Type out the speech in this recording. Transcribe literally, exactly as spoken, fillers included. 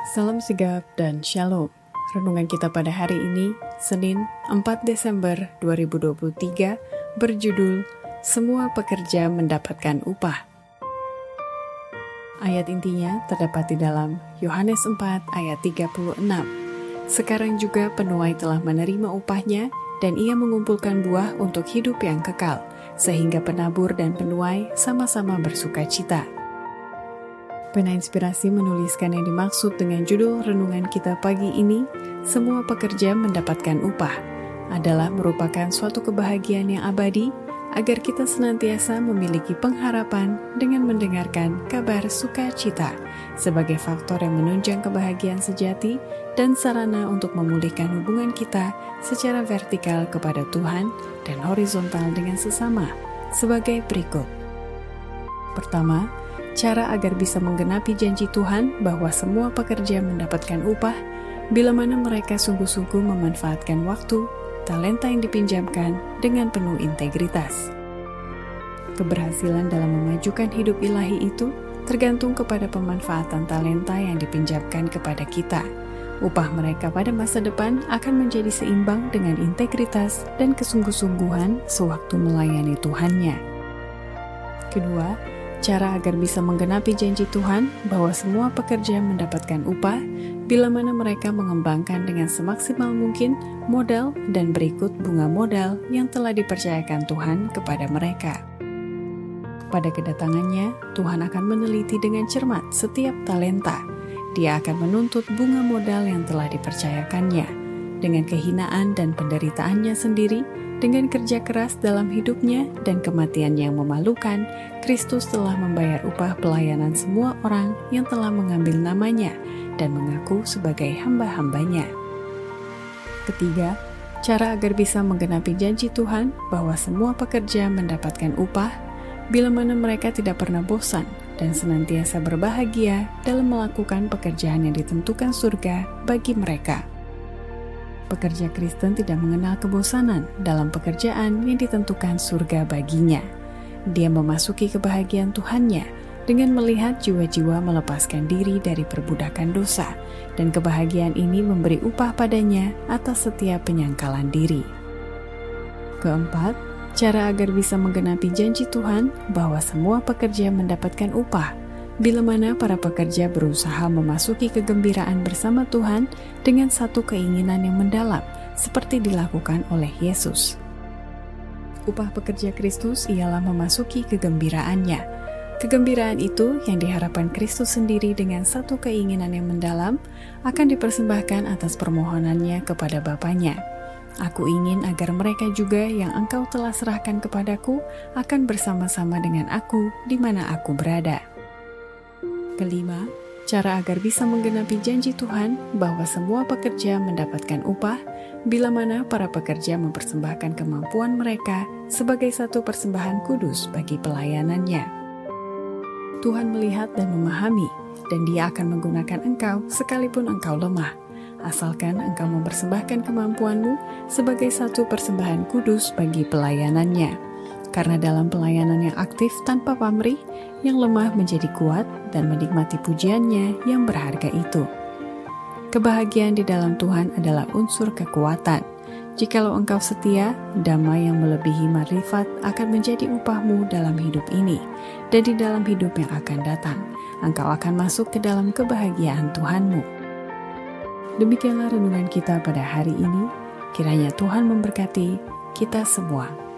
Salam sigap dan shalom. Renungan kita pada hari ini, Senin empat Desember dua ribu dua puluh tiga, berjudul Semua Pekerja Mendapatkan Upah. Ayat intinya terdapat di dalam Yohanes empat ayat tiga puluh enam. Sekarang juga penuai telah menerima upahnya, dan ia mengumpulkan buah untuk hidup yang kekal, sehingga penabur dan penuai sama-sama bersuka cita. Pena Inspirasi menuliskan yang dimaksud dengan judul renungan kita pagi ini, semua pekerja mendapatkan upah, adalah merupakan suatu kebahagiaan yang abadi, agar kita senantiasa memiliki pengharapan dengan mendengarkan kabar sukacita sebagai faktor yang menunjang kebahagiaan sejati dan sarana untuk memulihkan hubungan kita secara vertikal kepada Tuhan dan horizontal dengan sesama sebagai berikut. Pertama, cara agar bisa menggenapi janji Tuhan bahwa semua pekerja mendapatkan upah bila mana mereka sungguh-sungguh memanfaatkan waktu, talenta yang dipinjamkan dengan penuh integritas. Keberhasilan dalam memajukan hidup ilahi itu tergantung kepada pemanfaatan talenta yang dipinjamkan kepada kita. Upah mereka pada masa depan akan menjadi seimbang dengan integritas dan kesungguh-sungguhan sewaktu melayani Tuhannya. Kedua, cara agar bisa menggenapi janji Tuhan bahwa semua pekerja mendapatkan upah bila mana mereka mengembangkan dengan semaksimal mungkin modal dan berikut bunga modal yang telah dipercayakan Tuhan kepada mereka. Pada kedatangannya, Tuhan akan meneliti dengan cermat setiap talenta. Dia akan menuntut bunga modal yang telah dipercayakannya. Dengan kehinaan dan penderitaannya sendiri, dengan kerja keras dalam hidupnya dan kematian yang memalukan, Kristus telah membayar upah pelayanan semua orang yang telah mengambil namanya dan mengaku sebagai hamba-hambanya. Ketiga, cara agar bisa menggenapi janji Tuhan bahwa semua pekerja mendapatkan upah, bila mana mereka tidak pernah bosan dan senantiasa berbahagia dalam melakukan pekerjaan yang ditentukan surga bagi mereka. Pekerja Kristen tidak mengenal kebosanan dalam pekerjaan yang ditentukan surga baginya. Dia memasuki kebahagiaan Tuhannya dengan melihat jiwa-jiwa melepaskan diri dari perbudakan dosa, dan kebahagiaan ini memberi upah padanya atas setiap penyangkalan diri. Keempat, cara agar bisa menggenapi janji Tuhan bahwa semua pekerja mendapatkan upah, bila mana para pekerja berusaha memasuki kegembiraan bersama Tuhan dengan satu keinginan yang mendalam, seperti dilakukan oleh Yesus. Upah pekerja Kristus ialah memasuki kegembiraannya. Kegembiraan itu yang diharapkan Kristus sendiri dengan satu keinginan yang mendalam akan dipersembahkan atas permohonannya kepada Bapanya. Aku ingin agar mereka juga yang Engkau telah serahkan kepadaku akan bersama-sama dengan aku di mana aku berada. Kelima, cara agar bisa menggenapi janji Tuhan bahwa semua pekerja mendapatkan upah bila mana para pekerja mempersembahkan kemampuan mereka sebagai satu persembahan kudus bagi pelayanannya. Tuhan melihat dan memahami, dan Dia akan menggunakan engkau sekalipun engkau lemah, asalkan engkau mempersembahkan kemampuanmu sebagai satu persembahan kudus bagi pelayanannya. Karena dalam pelayanan yang aktif tanpa pamrih, yang lemah menjadi kuat dan menikmati pujiannya yang berharga itu. Kebahagiaan di dalam Tuhan adalah unsur kekuatan. Jikalau engkau setia, damai yang melebihi marifat akan menjadi upahmu dalam hidup ini, dan di dalam hidup yang akan datang, engkau akan masuk ke dalam kebahagiaan Tuhanmu. Demikianlah renungan kita pada hari ini. Kiranya Tuhan memberkati kita semua.